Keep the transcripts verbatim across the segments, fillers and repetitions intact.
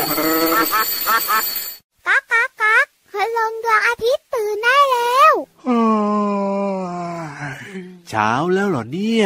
ก๊ากก๊ากก๊ากพลังดวงอาทิตย์ตื่นได้แล้วเช้าแล้วเหรอเนี่ย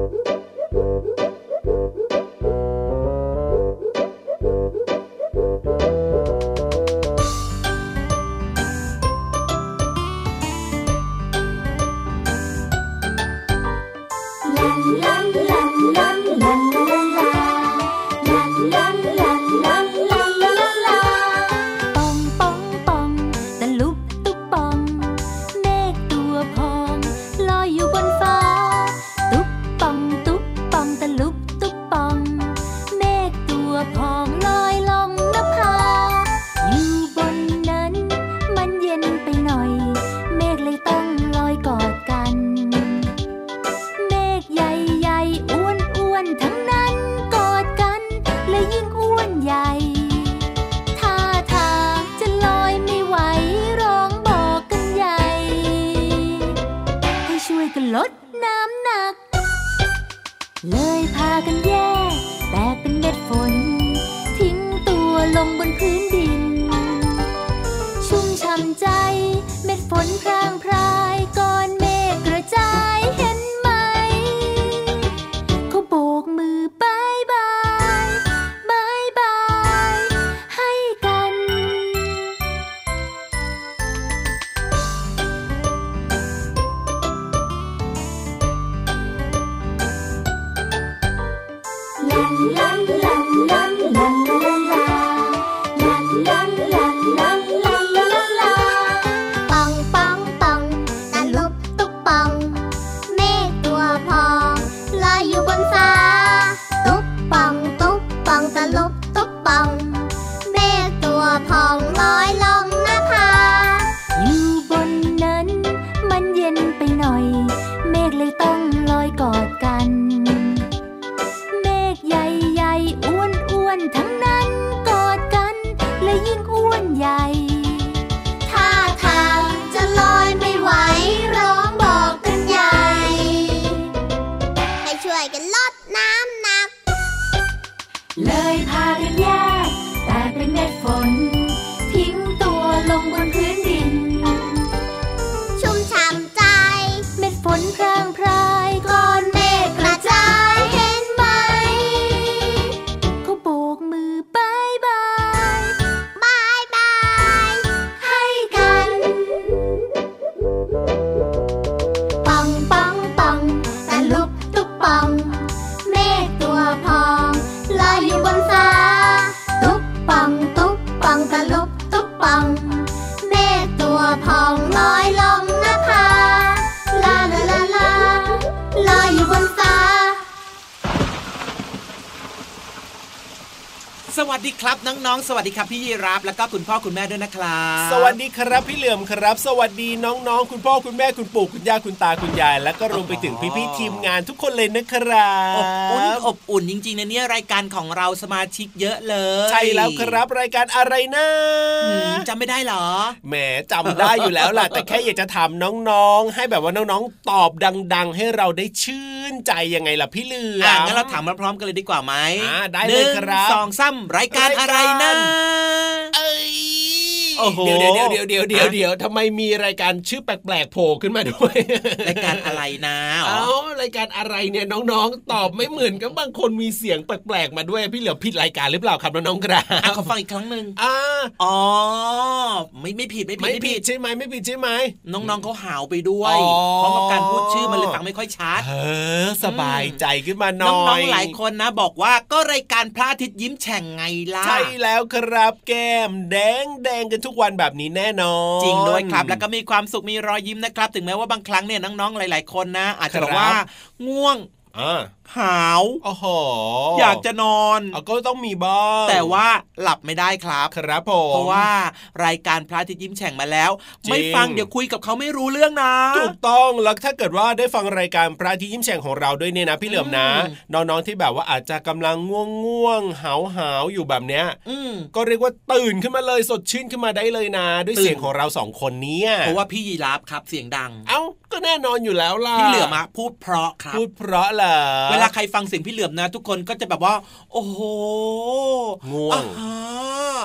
ลดน้ำหนักเลยพากันแยกแตกเป็นเม็ดฝนทิ้งตัวลงบนพื้นดินชุ่มช่ำใจเม็ดฝนพรางพรายก้อนเมฆกระจายเห็นไหมเขาโบกมือบายบายบายบายให้กันเลยพากันแยกแต่เป็นเม็ดฝนทิ้งตัวลงบนพื้นดินชุ่มช่ำใจเม็ดฝนพรางพรายก้อนเมฆกระจายเห็นไหมเขาโบกมือบายบายบายบายให้กันปองปองปองตะลุบตุบปองเมฆตัวพองลอยอยู่บนฟ้าตุ๊บปังตุ๊บปังตะลุบตุ๊บปังเมฆตัวพองลอยลงนภาลาลาลาลาลอยอยู่บนฟ้าสวัสดีครับน้องๆสวัสดีครับพี่ยีรับแล้วก็คุณพ่อคุณแม่ด้วยนะครับสวัสดีครับพี่เหลือมครับสวัสดีน้องๆคุณพ่อคุณแม่คุณปู่คุณย่าคุณตาคุณยายแล้วก็รวมไปถึงพี่ๆทีมงานทุกคนเลยนะครับอบอุ่นอบอุ่นจริงๆนะเนี่ยรายการของเราสมาชิกเยอะเลยใช่แล้วครับรายการอะไรนะจำไม่ได้หรอแหมจำได้อยู่แล้วล่ะ แต่แค่อยากจะถามน้องๆให้แบบว่าน้องๆตอบดังๆให้เราได้ชื่นใจยังไงล่ะพี่เหลือมงั้นเราถามพร้อมๆกันเลยดีกว่าไหมอ่าได้เลยครับสองซ้ำรายการอะไรนั่นเอ้ยเดี๋ยวเดี๋ยวเดี๋ยวเดี๋ยวเดี๋ยวเดี๋ยวทำไมมีรายการชื่อแปลกๆโผล่ขึ้นมาด้วยรายการอะไรนะเอ้ารายการอะไรเนี่ยน้องๆตอบไม่เหมือนกันบางคนมีเสียงแปลกๆมาด้วยพี่เหลือผิดรายการหรือเปล่าครับน้องๆครับอ่ะขอฟังอีกครั้งนึงอ่าอ๋อไม่ไม่ผิดไม่ผิดไม่ผิดใช่ไหมไม่ผิดใช่ไหมน้องๆเขาหาวไปด้วยเพราะว่าการพูดชื่อมันเลยฟังไม่ค่อยชัดเออสบายใจขึ้นมาหน่อยน้องๆหลายคนนะบอกว่าก็รายการพระอาทิตย์ยิ้มแฉ่งไงล่ะใช่แล้วครับแก้มแดงแดงกันทุกวันแบบนี้แน่นอนจริงด้วยครับแล้วก็มีความสุขมีรอยยิ้มนะครับถึงแม้ว่าบางครั้งเนี่ยน้องๆหลายๆคนนะอาจจะบอกว่าง่วงหาวโอ้โหอยากจะนอนก็ต้องมีบ้างแต่ว่าหลับไม่ได้ครับครับผมเพราะว่ารายการพระอาทิตย์ยิ้มแฉ่งมาแล้วไม่ฟังเดี๋ยวคุยกับเขาไม่รู้เรื่องนะถูกต้องแล้วถ้าเกิดว่าได้ฟังรายการพระอาทิตย์ยิ้มแฉ่งของเราด้วยเนี่ยนะพี่เหลือมนะน้องๆที่แบบว่าอาจจะกำลังง่วงๆหาวๆอยู่แบบเนี้ยก็เรียกว่าตื่นขึ้นมาเลยสดชื่นขึ้นมาได้เลยนะด้วยเสียงของเราสองคนนี้เพราะว่าพี่ยีราฟครับเสียงดังเอ้าก็แน่นอนอยู่แล้วล่ะพี่เหลือมพูดเพราะครับพูดเพราะเหรอเวลาใครฟังเสียงพี่เหลือมนะทุกคนก็จะแบบว่าโอ้โหง่วง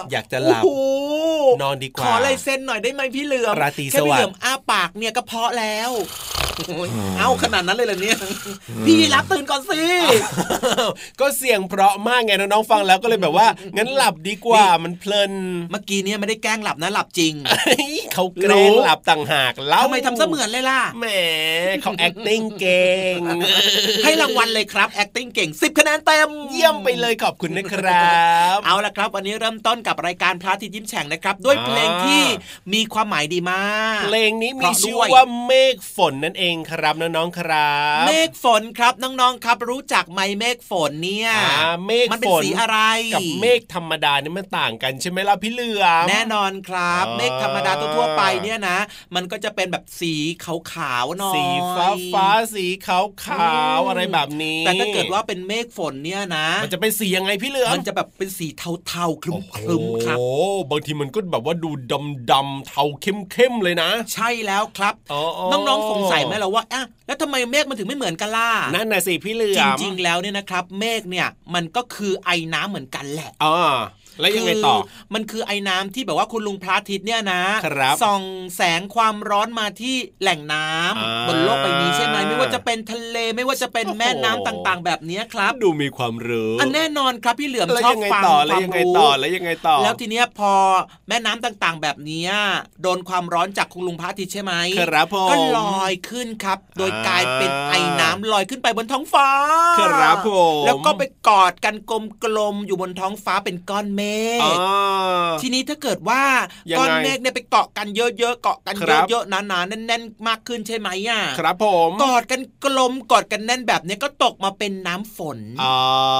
อยากจะหลับนอนดีกว่าขอลายเซ็นหน่อยได้ไหมพี่เหลือมราตรีสวัสดิ์แค่พี่เหลือมอ้าปากเนี่ยก็เพาะแล้วเอาขนาดนั้นเลยเหรอเนี่ยพี่รับตื่นก่อนสิก็เสียงเพราะมากไงน้องๆฟังแล้วก็เลยแบบว่างั้นหลับดีกว่ามันเพลินเมื่อกี้เนี่ยไม่ได้แกล้งหลับนะหลับจริงเขาแกล้งหลับต่างหากแล้วทำไมทำเสมือนเลยล่ะแหมเขา acting เก่งให้รางวัลเลยครับ acting เก่งสิบคะแนนเต็มเยี่ยมไปเลยขอบคุณนะครับเอาละครับวันนี้เริ่มต้นกับรายการพระอาทิตย์ยิ้มแฉ่งนะครับด้วยเพลงที่มีความหมายดีมากเพลงนี้มีชื่อว่าเมฆฝนนั่นเองครับน้องๆครับเมฆฝนครับน้องๆครับรู้จักไหมเมฆฝนเนี่ยเมฆมันเป็นสีอะไรกับเมฆธรรมดาเนี่ยมันต่างกันใช่ไหมล่ะพี่เหลือมแน่นอนครับเมฆธรรมดาทั่วไปเนี่ยนะมันก็จะเป็นแบบสีขาวๆหน่อยสีฟ้าฟ้าสีขาวขาวอะไรแบบนี้แต่ถ้าเกิดว่าเป็นเมฆฝนเนี่ยนะมันจะเป็นสียังไงพี่เหลือมมันจะแบบเป็นสีเทาๆคลึ้มๆครับโอ้บางทีมันก็แบบว่าดูดำๆเทาเข้มๆเลยนะใช่แล้วครับน้องๆสงสัยไหมล่ะว่าอ่ะแล้วทำไมเมฆมันถึงไม่เหมือนกันล่ะนั่นน่ะสิพี่เหลือมจริงๆแล้วเนี่ยนะครับเมฆเนี่ยมันก็คือไอน้ำเหมือนกันแหละอ๋อแล้วยังไงต่อมันคือไอ้น้ำที่แบบว่าคุณลุงพระอาทิตย์เนี่ยนะส่องแสงความร้อนมาที่แหล่งน้ำบนโลกใบนี้ใช่ไหมไม่ว่าจะเป็นทะเลไม่ว่าจะเป็นแม่น้ำต่างๆแบบนี้ครับดูมีความรู้อันแน่นอนครับพี่เหลือมชอบฟังความรู้แล้วยังไงต่อแล้วทีเนี้ยพอแม่น้ำต่างๆแบบนี้โดนความร้อนจากคุณลุงพระอาทิตย์ใช่ไหมก็ลอยขึ้นครับโดยกลายเป็นไอ้น้ำลอยขึ้นไปบนท้องฟ้าครับผมแล้วก็ไปกอดกันกลมๆอยู่บนท้องฟ้าเป็นก้อนเมฆทีนี้ถ้าเกิดว่าก้อนเมฆเนี่ยไปเกาะกันเยอะๆเกาะกันเยอะๆหนาๆแน่นๆมากขึ้นใช่ไหมอ่ะครับผมกอดกันกลมกอดกันแน่นแบบนี้ก็ตกมาเป็นน้ำฝนอ๋อ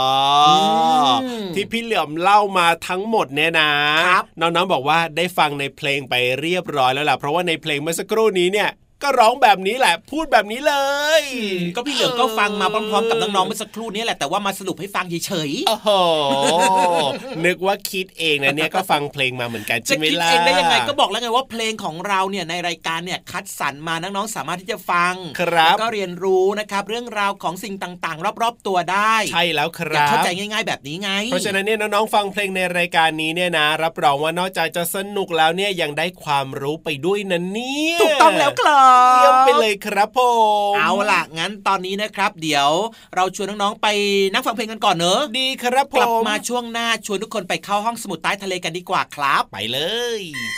ที่พี่เหลือมเล่ามาทั้งหมดเนี่ยนะน้องๆบอกว่าได้ฟังในเพลงไปเรียบร้อยแล้วล่ะเพราะว่าในเพลงเมื่อสักครู่นี้เนี่ยก็ร้องแบบนี้แหละพูดแบบนี้เลยก็พี่เหลือมก็ฟังมาพร้อมๆกับน้องๆเมื่อสักครู่นี้แหละแต่ว่ามาสรุปให้ฟังเฉยๆโอ้โหนึกว่าคิดเองนะเนี่ยก็ฟังเพลงมาเหมือนกันใช่ไหมล่ะจะคิดเองได้ยังไงก็บอกแล้วไงว่าเพลงของเราเนี่ยในรายการเนี่ยคัดสรรมาน้องๆสามารถที่จะฟังแล้วก็เรียนรู้นะครับเรื่องราวของสิ่งต่างๆรอบๆตัวได้ใช่แล้วครับเข้าใจง่ายๆแบบนี้ไงเพราะฉะนั้นเนี่ยน้องๆฟังเพลงในรายการนี้เนี่ยนะรับรองว่านอกจากจะสนุกแล้วเนี่ยยังได้ความรู้ไปด้วยนะเนี่ยถูกต้องแล้วครับเยี่ยมไปเลยครับผมเอาล่ะงั้นตอนนี้นะครับเดี๋ยวเราชวนน้องๆไปนั่งฟังเพลงกันก่อนเนอะดีครับผมกลับมาช่วงหน้าชวนทุกคนไปเข้าห้องสมุดใต้ทะเลกันดีกว่าครับไปเลย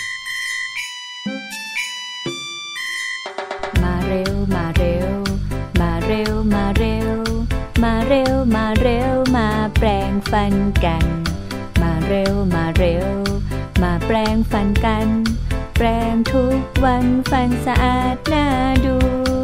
มาเร็วมาเร็วมาเร็วมาเร็วมาเร็วมาเร็วมาแปรงฟันกันมาเร็วมาเร็วมาแปรงฟันกันแปรงทุกวันฟันสะอาดน่าดู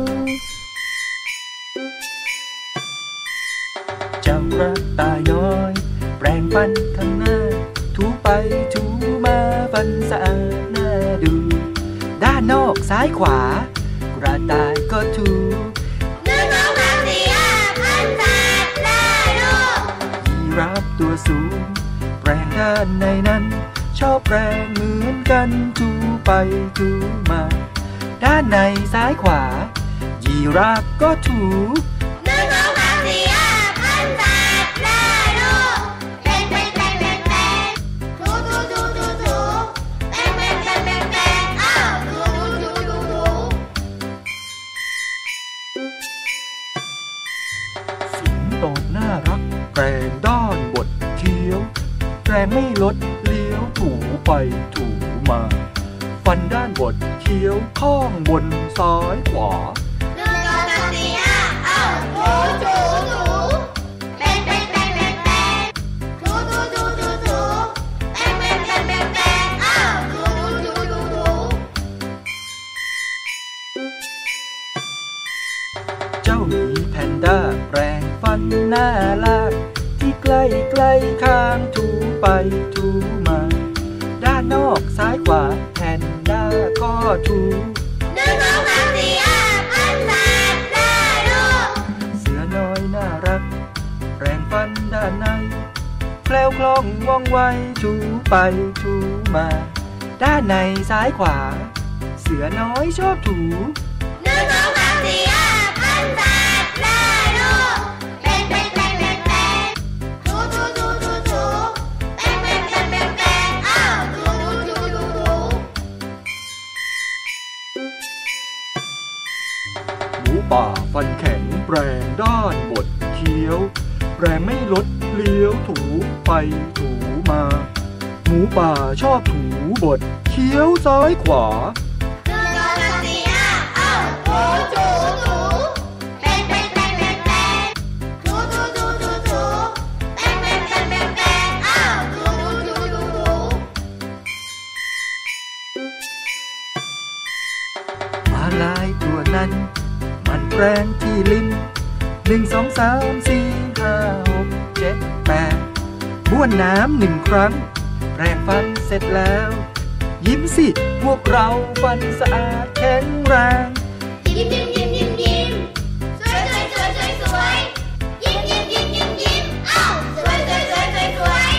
เจ้ากระต่ายน้อยแปรงฟันข้างหน้าถูไปถูมาฟันสะอาดน่าดูด้านนอกซ้ายขวากระต่ายก็ถูหนึ่งสองสามสี่ห้าฟันสะอาดน่าดูยีราฟตัวสูงแปรงด้านในนั้นชอบแปรงเหมือนกันถูไปถูมาด้านในซ้ายขวายีราฟก็ถูหนึ่งสองสามสี่ห้าฟันสะอาดน่าดูแปรงแปรงแปรงแปรงแปรงถูถูถูถูถูแปรงแปรงแปรงแปรงแปรงอ้าวถูถูถูถูถูสิงโตน่ารักแปรงด้านบดเคี้ยวแปรงไม่ลดเลี้ยวถูไปถูมาฟันด้านบดเคี้ยวข้างบนซ้ายขวาหนึ่งสองสามสี่ห้าอ้าวถูถูถูแปรงแปรงแปรงแปรงแปรงถูถูถูถูถูแปรงแปรงแปรงแปรงแปรงอ้าวถูถูถูถูถูเจ้าหมีแพนด้าแปรงฟันหน้าลากที่ใกล้ใกล้ข้างถูไปถูมาด้านนอกซ้ายขวาแพนด้าก็ถูหนึ่งสองสามสี่ห้าฟันสะอาดน่าดูเสือน้อยน่ารักแปรงฟันด้านในแคล้วคล่องว่องไวถูไปถูมาด้านในซ้ายขวาเสือน้อยชอบถูหนึ่งสองสามสี่ห้าฟันสะอาดน่าดูแปรงแปรงแปรงแปรงแปรงถูถูถูถูถูแปรงแปรงแปรงแปรงแปรงอ้าวป่าฟันแข็งแปรงด้านบดเคี้ยวแปรงไม่ลดเลี้ยวถูไปถูมาหมูป่าชอบถูบดเคี้ยวซ้ายขวาถูถูถูถูเอ้าถูถูถูแป้งแป้งแป้งแป้งแป้งถูถูถูถูถูแป้งแป้งแป้งแป้งแป้งเอ้าถูถูถูถูถูมาลายตัวนั้นมันแปรงที่ลิ้นหนึ่งสองสามสี่ห้าหกเจ็ดแปดบ้วนน้ำหนึ่งครั้งแปรงฟันเสร็จแล้วยิ้มสิพวกเราฟันสะอาดแข็งแรงยิ้มยิ้มยิ้มยิ้มยิ้มสวยสวยสวยสวยสวยยิ้มยิ้มยิ้มยิ้มยิ้มเอ้าสวยสวยสวยสวยสวย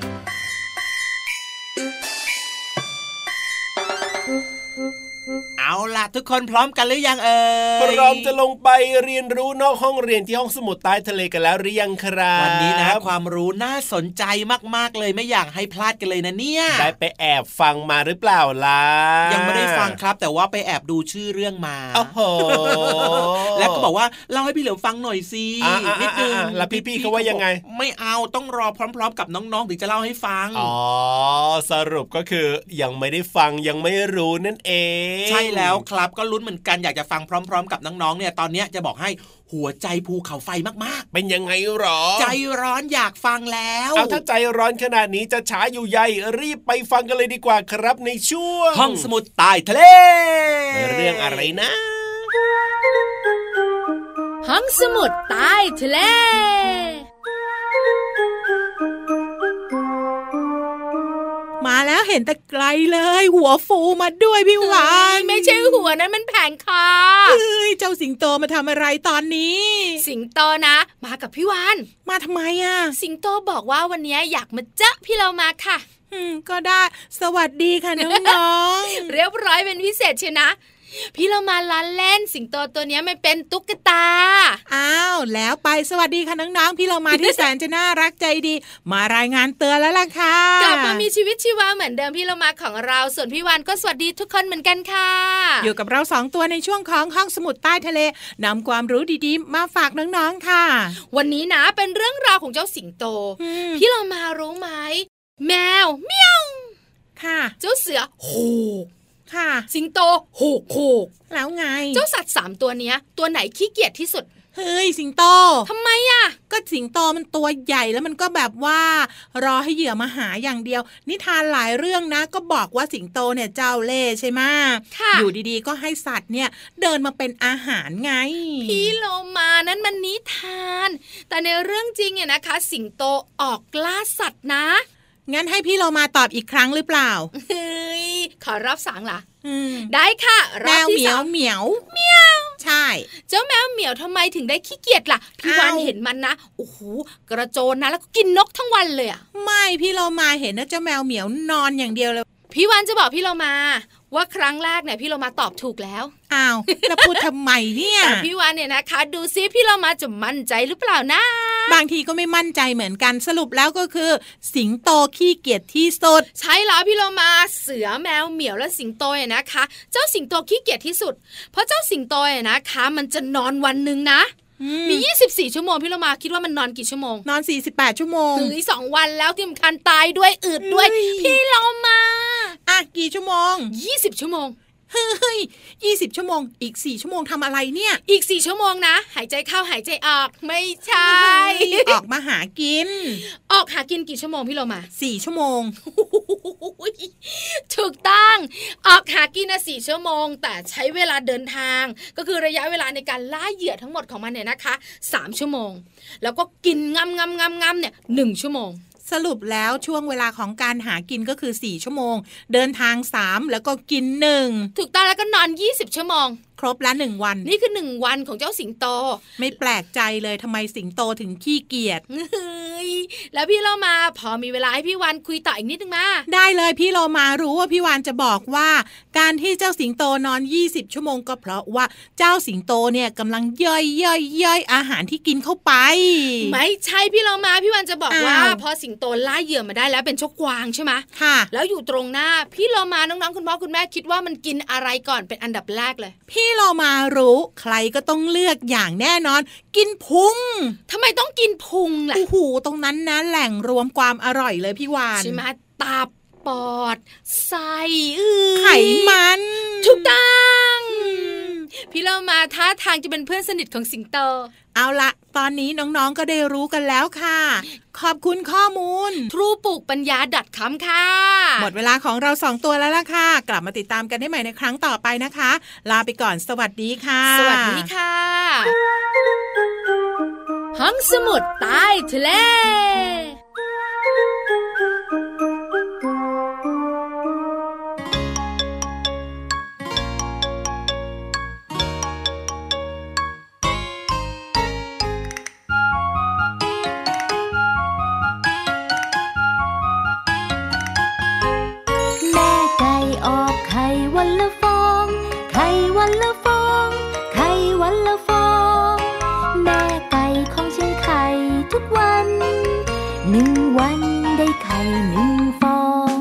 เอาล่ะทุกคนพร้อมกันหรือยังเอ่ยพร้อมจะลงไปเรียนรู้นอกห้องเรียนที่ห้องสมุดใต้ทะเลกันแล้วหรือยังครับวันนี้นะความรู้น่าสนใจมากๆเลยไม่อยากให้พลาดกันเลยนะเนี่ยได้ไปแอบฟังมาหรือเปล่าล่ะยังไม่ได้ฟังครับแต่ว่าไปแอบดูชื่อเรื่องมาโอ้โหแล้วก็บอกว่าเล่าให้พี่เหลิมฟังหน่อยสินิดนึงแล้วพี่ๆเขาว่ายังไงไม่เอาต้องรอพร้อมๆกับน้องๆถึงจะเล่าให้ฟังอ๋อสรุปก็คือยังไม่ได้ฟังยังไม่รู้นั่นเองใช่แล้วครับก็ลุ้นเหมือนกันอยากจะฟังพร้อมๆกับน้องๆเนี่ยตอนนี้จะบอกให้หัวใจภูเขาไฟมากๆเป็นยังไงหรอใจร้อนอยากฟังแล้วเอาถ้าใจร้อนขนาดนี้จะช้าอยู่ใหญ่รีบไปฟังกันเลยดีกว่าครับในช่วงห้องสมุดใต้ทะเลเรื่องอะไรนะห้องสมุดใต้ทะเลมาแล้วเห็นแต่ไกลเลยหัวฟูมาด้วยพี่วานไม่ใช่หัวนั้นมันแผงคอเฮ้ยเจ้าสิงโตมาทำอะไรตอนนี้สิงโตนะมากับพี่วานมาทำไมอ่ะสิงโตบอกว่าวันนี้อยากมาเจาะพี่เรามาค่ะอืมก็ได้สวัสดีค่ะน้องๆ เรียบร้อยเป็นพิเศษเชียวนะพี่เรามาล้อเล่นสิงโตตัวนี้มันเป็นตุ๊กตาอ้าวแล้วไปสวัสดีค่ะน้องๆพี่เรามาที่แสนจะน่ารักใจดีมารายงานเตือนแล้วล่ะค่ะกลับมามีชีวิตชีวาเหมือนเดิมพี่เรามาของเราส่วนพี่วานก็สวัสดีทุกคนเหมือนกันค่ะอยู่กับเราสองตัวในช่วงของห้องสมุดใต้ทะเลนำความรู้ดีๆมาฝากน้องๆค่ะวันนี้นะเป็นเรื่องราวของเจ้าสิงโตพี่เรามารู้ไหมแมวเมียวค่ะเจ้าเสือโหสิงโตโหกโหกแล้วไงเจ้าสัตว์สามตัวเนี้ยตัวไหนขี้เกียจที่สุดเฮ้ยสิงโตทำไมอ่ะก็สิงโตมันตัวใหญ่แล้วมันก็แบบว่ารอให้เหยื่อมาหาอย่างเดียวนิทานหลายเรื่องนะก็บอกว่าสิงโตเนี่ยเจ้าเล่ห์ใช่ไหมอยู่ดีๆก็ให้สัตว์เนี่ยเดินมาเป็นอาหารไงพี่โลมานั้นมันนิทานแต่ในเรื่องจริงเนี่ยนะคะสิงโตออกล่าสัตว์นะงั้นให้พี่โลมาตอบอีกครั้งหรือเปล่าเฮ้ยขอรับสั่งล่ะได้ค่ะรอบที่สามเหมียวเหมียวใช่เจ้าแมวเหมียวทำไมถึงได้ขี้เกียจล่ะพี่วานเห็นมันนะโอ้โหกระโจนนะแล้วก็กินนกทั้งวันเลยอ่ะไม่พี่โลมาเห็นนะเจ้าแมวเหมียวนอนอย่างเดียวเลยพี่วานจะบอกพี่โลมาว่าครั้งแรกเนี่ยพี่โลมาตอบถูกแล้วอ้าวแล้วพูดทำไมเนี่ยแต่พี่วานเนี่ยนะคะดูซิพี่โลมาจะมั่นใจหรือเปล่านะบางทีก็ไม่มั่นใจเหมือนกันสรุปแล้วก็คือสิงโตขี้เกียจที่สุดใช่แล้วพี่โลมาเสือแมวเหมียวและสิงโตเนี่ยนะคะเจ้าสิงโตขี้เกียจที่สุดเพราะเจ้าสิงโตเนี่ยนะคะมันจะนอนวันนึงนะมียี่สิบสี่ชั่วโมงพี่โลมาคิดว่ามันนอนกี่ชั่วโมงนอนสี่สิบแปดชั่วโมงถึงสองวันแล้วที่มันคันตายด้วยอืดด้วยพี่โลมาอ่ะกี่ชั่วโมงยี่สิบชั่วโมงเฮ้ยยี่สิบชั่วโมงอีกสี่ชั่วโมงทำอะไรเนี่ยอีกสี่ชั่วโมงนะหายใจเข้าหายใจออกไม่ใช่ออกมาหากินออกหากินกี่ชั่วโมงพี่โลมาสี่ชั่วโมงถูกต้องออกหากินนะสี่ชั่วโมงแต่ใช้เวลาเดินทางก็คือระยะเวลาในการล่าเหยื่อทั้งหมดของมันเนี่ยนะคะสามชั่วโมงแล้วก็กินงำงำงำงำเนี่ยหนึ่งชั่วโมงสรุปแล้วช่วงเวลาของการหากินก็คือสี่ชั่วโมงเดินทางสามแล้วก็กินหนึ่งถูกต้องแล้วก็นอนยี่สิบชั่วโมงครบละหนึ่งวันนี่คือหนึ่งวันของเจ้าสิงโตไม่แปลกใจเลยทำไมสิงโตถึงขี้เกียจแล้วพี่เรามาพอมีเวลาให้พี่วานคุยต่ออีกนิดนึงมาได้เลยพี่เรามารู้ว่าพี่วานจะบอกว่าการที่เจ้าสิงโตนอนยี่สิบชั่วโมงก็เพราะว่าเจ้าสิงโตเนี่ยกำลังย่อยย่อยย่อยอาหารที่กินเข้าไปไม่ใช่พี่เรามาพี่วานจะบอกว่าพอสิงโตล่าเหยื่อมาได้แล้วเป็นชกกวางใช่ไหมค่ะแล้วอยู่ตรงหน้าพี่เรามาน้องๆคุณพ่อคุณแม่คิดว่ามันกินอะไรก่อนเป็นอันดับแรกเลยพี่เรามารู้ใครก็ต้องเลือกอย่างแน่นอนกินพุงทำไมต้องกินพุงล่ะโอ้โหตรงนั้นนะแหล่งรวมความอร่อยเลยพี่วานใช่ไหมตับปอดไส้ไขมันถูกต้องพี่เรามาท่าทางจะเป็นเพื่อนสนิทของสิงโตเอาละตอนนี้น้องๆก็ได้รู้กันแล้วค่ะขอบคุณข้อมูลทรูปลูกปัญญา .com ค่ะหมดเวลาของเราสองตัวแล้วล่ะค่ะกลับมาติดตามกันได้ใหม่ในครั้งต่อไปนะคะลาไปก่อนสวัสดีค่ะสวัสดีค่ะห้องสมุดใต้ทะเลวันละฟองไข่วันละฟองไข่วันละฟองแม่ไก่ของฉันไข่ทุกวันหนึ่งวันได้ไข่หนึ่งฟอง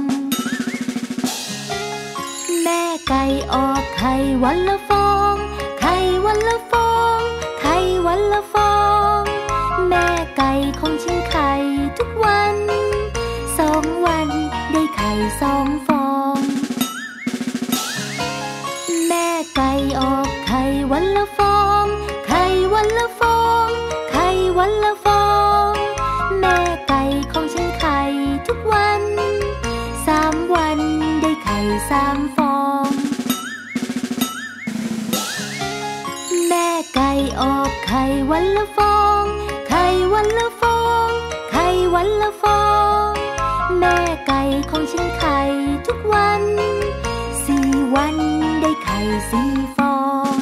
แม่ไก่ออกไข่วันละฟองไข่วันละฟองไข่วันละฟองแม่ไก่ของฉันไข่ทุกวันสองวันได้ไข่สองฟองไก่ออกไข่วันละฟองไข่วันละฟองไข่วันละฟองแม่ไก่ของฉันไข่ทุกวันสามวันได้ไข่สามฟองแม่ไก่ออกไข่วันละฟองไข่วันละฟองไข่วันละฟองแม่ไก่ของฉันไข่ทุกวันสี่วันได้ไข่สี่ฟอง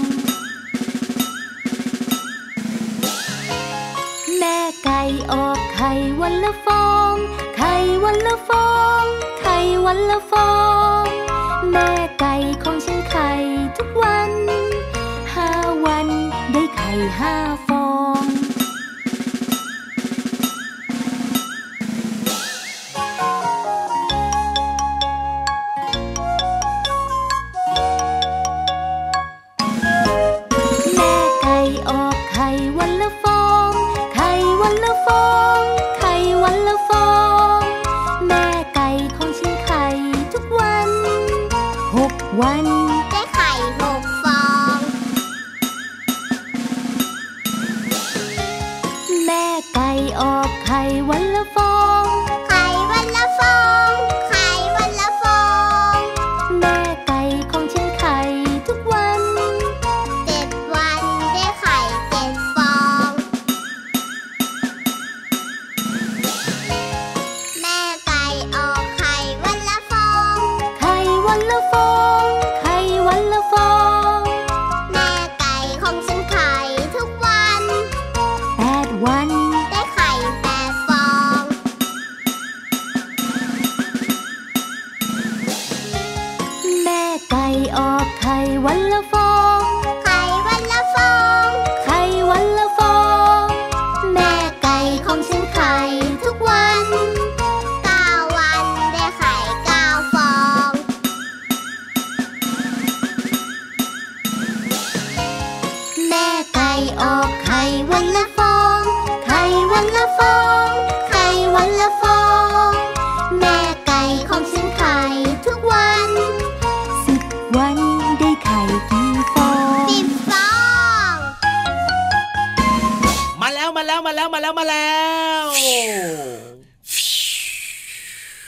แม่ไก่ออกไข่วันละฟองไข่วันละฟองไข่วันละฟองแม่ไก่ของฉันไข่ทุกวันห้าวันได้ไข่ห้าฟอง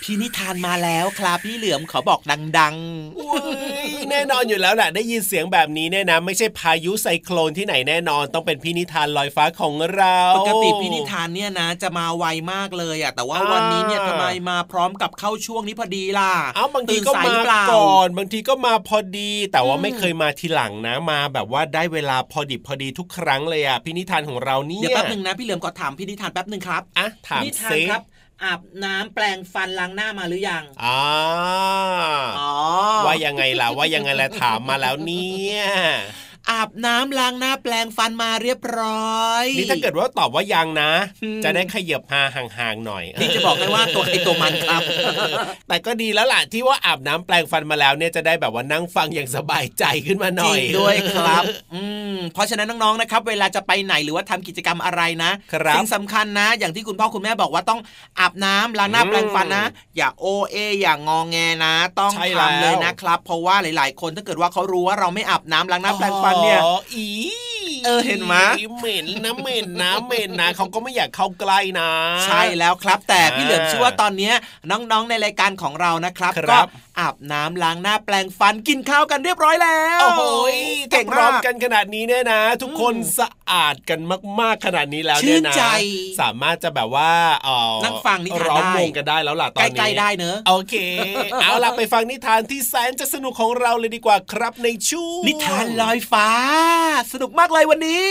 พี่นิทานมาแล้วครับพี่เหลือมขอบอกดังๆแน่นอนอยู่แล้วแหละได้ยินเสียงแบบนี้เนี่ยนะไม่ใช่พายุไซโคลนที่ไหนแน่นอนต้องเป็นพี่นิทานลอยฟ้าของเราปกติพี่นิทานเนี่ยนะจะมาไวมากเลยอ่ะแต่ว่าวันนี้เนี่ยทำไมมาพร้อมกับเข้าช่วงนี้พอดีล่ะเอ้าบางทีก็มาก่อนบางทีก็มาพอดีแต่ว่าไม่เคยมาทีหลังนะมาแบบว่าได้เวลาพอดิบพอดีทุกครั้งเลยอ่ะพี่นิทานของเราเนี่ยเดี๋ยวแป๊บนึงนะพี่เหลือมขอถามพี่นิทานแป๊บนึงครับอ่ะถามซิอาบน้ำแปรงฟันล้างหน้ามาหรือยังอ๋อว่ายังไงล่ะว่ายังไงล่ะถามมาแล้วเนี่ยอาบน้ำล้างหน้าแปรงฟันมาเรียบร้อยนี่ถ้าเกิดว่าตอบว่ายังนะจะได้ขยับหาห่างๆหน่อยนี่จะบอกให้ว่าตัวใครตัวมันครับแต่ก็ดีแล้วล่ะที่ว่าอาบน้ำแปรงฟันมาแล้วเนี่ยจะได้แบบว่านั่งฟังอย่างสบายใจขึ้นมาหน่อยจริงด้วยครับอืมเพราะฉะนั้นน้องๆนะครับเวลาจะไปไหนหรือว่าทำกิจกรรมอะไรนะสิ่งสำคัญนะอย่างที่คุณพ่อคุณแม่บอกว่าต้องอาบน้ำล้างหน้าแปรงฟันนะอย่าโอเออย่างงอแงนะต้องทำเลยนะครับเพราะว่าหลายๆคนถ้าเกิดว่าเขารู้ว่าเราไม่อาบน้ำล้างหน้าแปรงฟันเนี่ยอีเออเห็นไหมเหม็นนะเหม็นนะเหม็นนะเขาก็ไม่อยากเข้าใกล้นะใช่แล้วครับแต่พี่เหลือมเชื่อว่าตอนนี้น้องๆในรายการของเรานะครับก็อาบน้ำล้างหน้าแปรงฟันกินข้าวกันเรียบร้อยแล้วโอ้โหเก่งพร้อมกันขนาดนี้เนี่ยนะทุกคนสะอาดกันมากๆขนาดนี้แล้วเนี่ยนะสามารถจะแบบว่าเอ่อนั่งฟังนิทานได้ร้องวงกันได้แล้วล่ะตอนนี้ใกล้ๆได้เนอะโอเคเอาล่ะไปฟังนิทานที่แสนจะสนุกของเราเลยดีกว่าครับในช่วงนิทานลอยฟ้าสนุกมากเลยวันนี้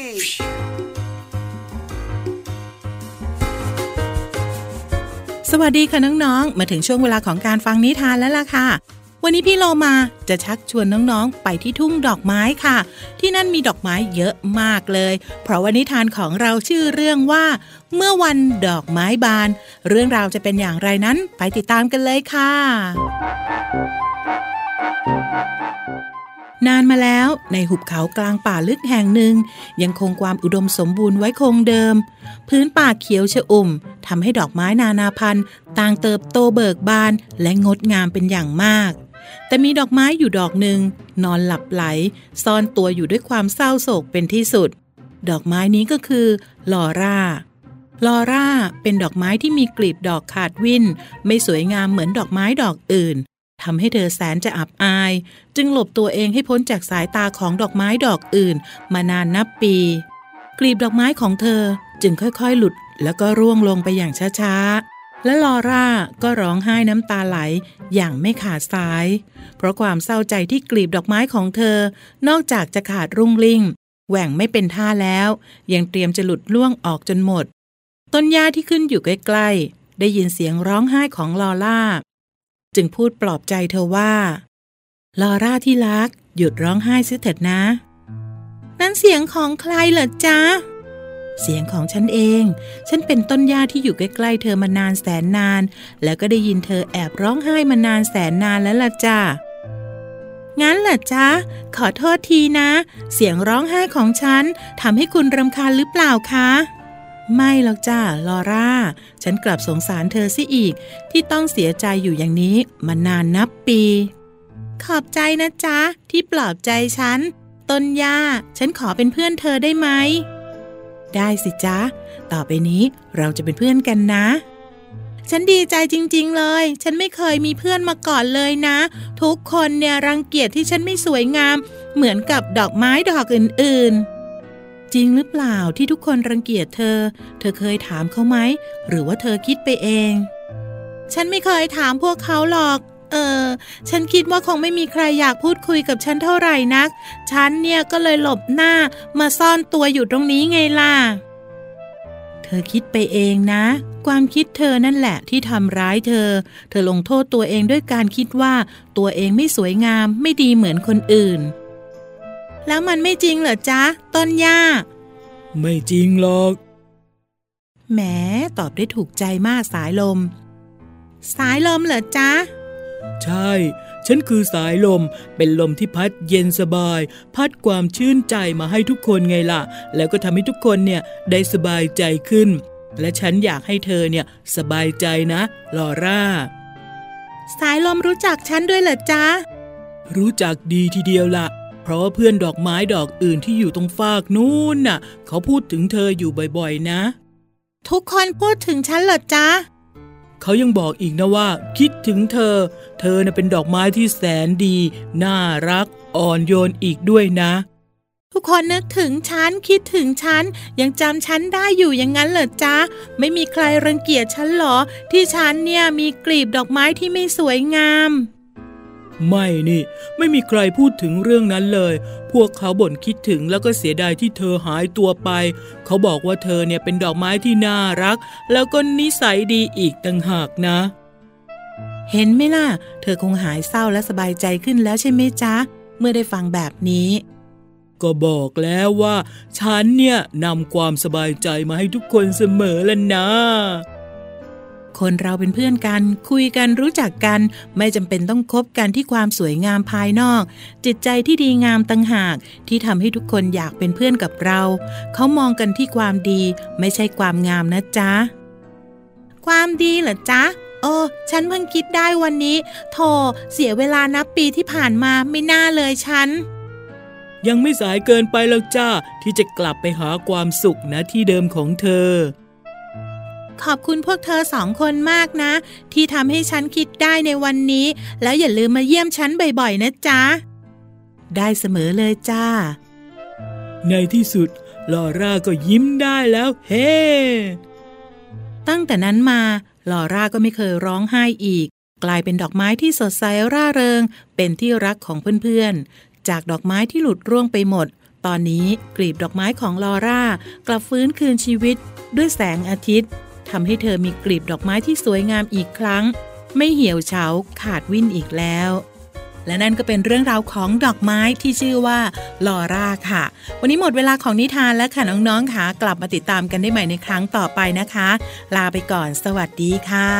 สวัสดีค่ะน้องๆมาถึงช่วงเวลาของการฟังนิทานแล้วล่ะค่ะวันนี้พี่โลมาจะชักชวนน้องๆไปที่ทุ่งดอกไม้ค่ะที่นั่นมีดอกไม้เยอะมากเลยเพราะว่านิทานของเราชื่อเรื่องว่าเมื่อวันดอกไม้บานเรื่องราวจะเป็นอย่างไรนั้นไปติดตามกันเลยค่ะนานมาแล้วในหุบเขากลางป่าลึกแห่งหนึ่งยังคงความอุดมสมบูรณ์ไว้คงเดิมพื้นป่าเขียวชอุ่มทำให้ดอกไม้นานาพันธุ์ต่างเติบโตเบิกบานและงดงามเป็นอย่างมากแต่มีดอกไม้อยู่ดอกหนึ่งนอนหลับไหลซ่อนตัวอยู่ด้วยความเศร้าโศกเป็นที่สุดดอกไม้นี้ก็คือลอร่าลอร่าเป็นดอกไม้ที่มีกลีบดอกขาดวิ่นไม่สวยงามเหมือนดอกไม้ดอกอื่นทำให้เธอแสนจะอับอายจึงหลบตัวเองให้พ้นจากสายตาของดอกไม้ดอกอื่นมานานนับปีกลีบดอกไม้ของเธอจึงค่อยๆหลุดแล้วก็ร่วงลงไปอย่างช้าๆและลอร่าก็ร้องไห้น้ำตาไหลอย่างไม่ขาดสายเพราะความเศร้าใจที่กลีบดอกไม้ของเธอนอกจากจะขาดรุ่งริ่งแหว่งไม่เป็นท่าแล้วยังเตรียมจะหลุดล่วงออกจนหมดต้นหญ้าที่ขึ้นอยู่ใกล้ๆได้ยินเสียงร้องไห้ของลอร่าจึงพูดปลอบใจเธอว่าลอร่าที่รักหยุดร้องไห้ซิเถิดนะนั่นเสียงของใครเหรอจ๊ะเสียงของฉันเองฉันเป็นต้นหญ้าที่อยู่ใกล้ๆเธอมานานแสนนานแล้วก็ได้ยินเธอแอบร้องไห้มานานแสนนานแล้วล่ะจ้ะงั้นเหรอจ๊ะขอโทษทีนะเสียงร้องไห้ของฉันทำให้คุณรำคาญหรือเปล่าคะไม่หรอกจ้าลอร่าฉันกลับสงสารเธอซิอีกที่ต้องเสียใจอยู่อย่างนี้มานานนับปีขอบใจนะจ๊ะที่ปลอบใจฉันต้นหญ้าฉันขอเป็นเพื่อนเธอได้ไหมได้สิจ๊ะต่อไปนี้เราจะเป็นเพื่อนกันนะฉันดีใจจริงๆเลยฉันไม่เคยมีเพื่อนมาก่อนเลยนะทุกคนเนี่ยรังเกียจที่ฉันไม่สวยงามเหมือนกับดอกไม้ดอกอื่นๆจริงหรือเปล่าที่ทุกคนรังเกียจเธอเธอเคยถามเขาไหมหรือว่าเธอคิดไปเองฉันไม่เคยถามพวกเขาหรอกเออฉันคิดว่าคงไม่มีใครอยากพูดคุยกับฉันเท่าไหร่นักฉันเนี่ยก็เลยหลบหน้ามาซ่อนตัวอยู่ตรงนี้ไงล่ะเธอคิดไปเองนะความคิดเธอนั่นแหละที่ทำร้ายเธอเธอลงโทษตัวเองด้วยการคิดว่าตัวเองไม่สวยงามไม่ดีเหมือนคนอื่นแล้วมันไม่จริงเหรอจ๊ะต้นหญ้าไม่จริงหรอกแหมตอบได้ถูกใจมากสายลมสายลมเหรอจ๊ะใช่ฉันคือสายลมเป็นลมที่พัดเย็นสบายพัดความชื่นใจมาให้ทุกคนไงล่ะแล้วก็ทำให้ทุกคนเนี่ยได้สบายใจขึ้นและฉันอยากให้เธอเนี่ยสบายใจนะลอร่าสายลมรู้จักฉันด้วยเหรอจ๊ะรู้จักดีทีเดียวล่ะเพราะว่าเพื่อนดอกไม้ดอกอื่นที่อยู่ตรงฟากนู้นน่ะเขาพูดถึงเธออยู่บ่อยๆนะทุกคนพูดถึงฉันเหรอจ๊ะเขายังบอกอีกนะว่าคิดถึงเธอเธอน่ะเป็นดอกไม้ที่แสนดีน่ารักอ่อนโยนอีกด้วยนะทุกคนนึกถึงฉันคิดถึงฉันยังจำฉันได้อยู่อย่างนั้นเหรอจ๊ะไม่มีใครรังเกียจฉันหรอที่ฉันเนี่ยมีกลีบดอกไม้ที่ไม่สวยงามไม่นี่ไม่มีใครพูดถึงเรื่องนั้นเลยพวกเขาบ่นคิดถึงแล้วก็เสียดายที่เธอหายตัวไปเขาบอกว่าเธอเนี่ยเป็นดอกไม้ที่น่ารักแล้วก็นิสัยดีอีกต่างหากนะเห็นไหมล่ะเธอคงหายเศร้าและสบายใจขึ้นแล้วใช่ไหมจ๊ะเมื่อได้ฟังแบบนี้ก็บอกแล้วว่าฉันเนี่ยนำความสบายใจมาให้ทุกคนเสมอแล้วนะคนเราเป็นเพื่อนกันคุยกันรู้จักกันไม่จำเป็นต้องคบกันที่ความสวยงามภายนอกจิตใจที่ดีงามต่างหากที่ทำให้ทุกคนอยากเป็นเพื่อนกับเราเขามองกันที่ความดีไม่ใช่ความงามนะจ๊ะความดีเหรอจ๊ะโอ้ฉันเพิ่งคิดได้วันนี้โธ่เสียเวลานับปีที่ผ่านมาไม่น่าเลยฉันยังไม่สายเกินไปแล้วจ้าที่จะกลับไปหาความสุขนะที่เดิมของเธอขอบคุณพวกเธอสองคนมากนะที่ทำให้ฉันคิดได้ในวันนี้แล้วอย่าลืมมาเยี่ยมฉันบ่อยๆนะจ๊ะได้เสมอเลยจ้าในที่สุดลอร่าก็ยิ้มได้แล้วเฮ้ hey! ตั้งแต่นั้นมาลอร่าก็ไม่เคยร้องไห้อีกกลายเป็นดอกไม้ที่สดใสร่าเริงเป็นที่รักของเพื่อนๆจากดอกไม้ที่หลุดร่วงไปหมดตอนนี้กลีบดอกไม้ของลอร่ากลับฟื้นคืนชีวิตด้วยแสงอาทิตย์ทำให้เธอมีกลีบดอกไม้ที่สวยงามอีกครั้งไม่เหี่ยวเฉาขาดวิ่นอีกแล้วและนั่นก็เป็นเรื่องราวของดอกไม้ที่ชื่อว่าลอร่าค่ะวันนี้หมดเวลาของนิทานแล้วค่ะน้องๆค่ะกลับมาติดตามกันได้ใหม่ในครั้งต่อไปนะคะลาไปก่อนสวัสดีค่ะ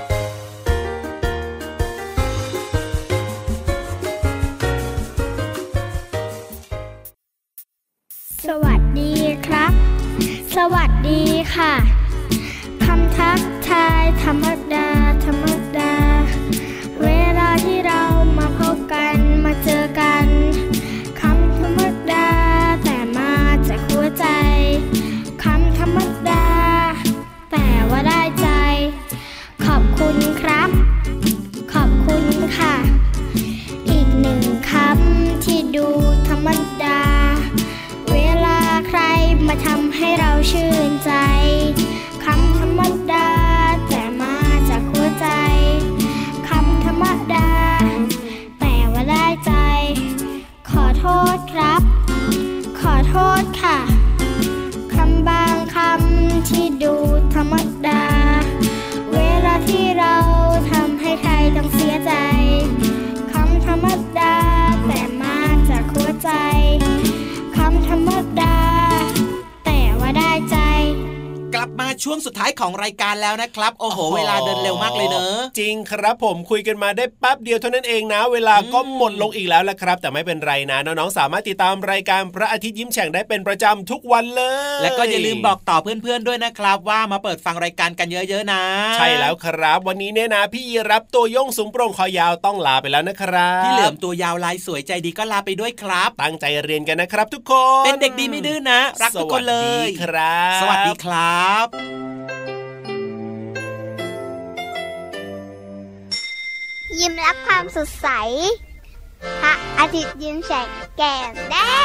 สวัสดีครับสวัสดีค่ะคำทักทายธรรมดาธรรมดาเวลาที่เรามาพบกันมาเจอกันคำธรรมดาแต่มาจากหัวใจคำธรรมดาแต่ว่าได้ใจขอบคุณครับขอบคุณค่ะอีกหนึ่งคำที่ดูธรรมดาเวลาใครมาทำให้เราชื่นใจคำธรรมดาแต่มาจากหัวใจคำธรรมดาแต่ว่าได้ใจขอโทษครับขอโทษค่ะคำบางคำที่ดูธรรมดาเวลาที่เราทำให้ใครต้องเสียใจคำธรรมดาแต่มาจากหัวใจคำธรรมดาแต่ว่าได้ใจกลับมาช่วงสุดท้ายของรายการแล้วนะครับโอ้โหเวลาเดินเร็วมากเลยเนอะจริงครับผมคุยกันมาได้แป๊บเดียวเท่านั้นเองนะเวลาก็หมดลงอีกแล้วละครับแต่ไม่เป็นไรนะน้องๆสามารถติดตามรายการพระอาทิตย์ยิ้มแฉ่งได้เป็นประจำทุกวันเลยและก็อย่าลืมบอกต่อเพื่อนๆด้วยนะครับว่ามาเปิดฟังรายการกันเยอะๆนะใช่แล้วครับวันนี้เนี่ยนะพี่รับตัวโยงสูงโปร่งคอยาวต้องลาไปแล้วนะครับพี่เหลือมตัวยาวลายสวยใจดีก็ลาไปด้วยครับตั้งใจเรียนกันนะครับทุกคนเป็นเด็กดีไม่ดื้อนะรักทุกคนเลยสวัสดีครับยิ้มรับความสดใสพระอาทิตย์ยิ้มแฉกแก้มแดง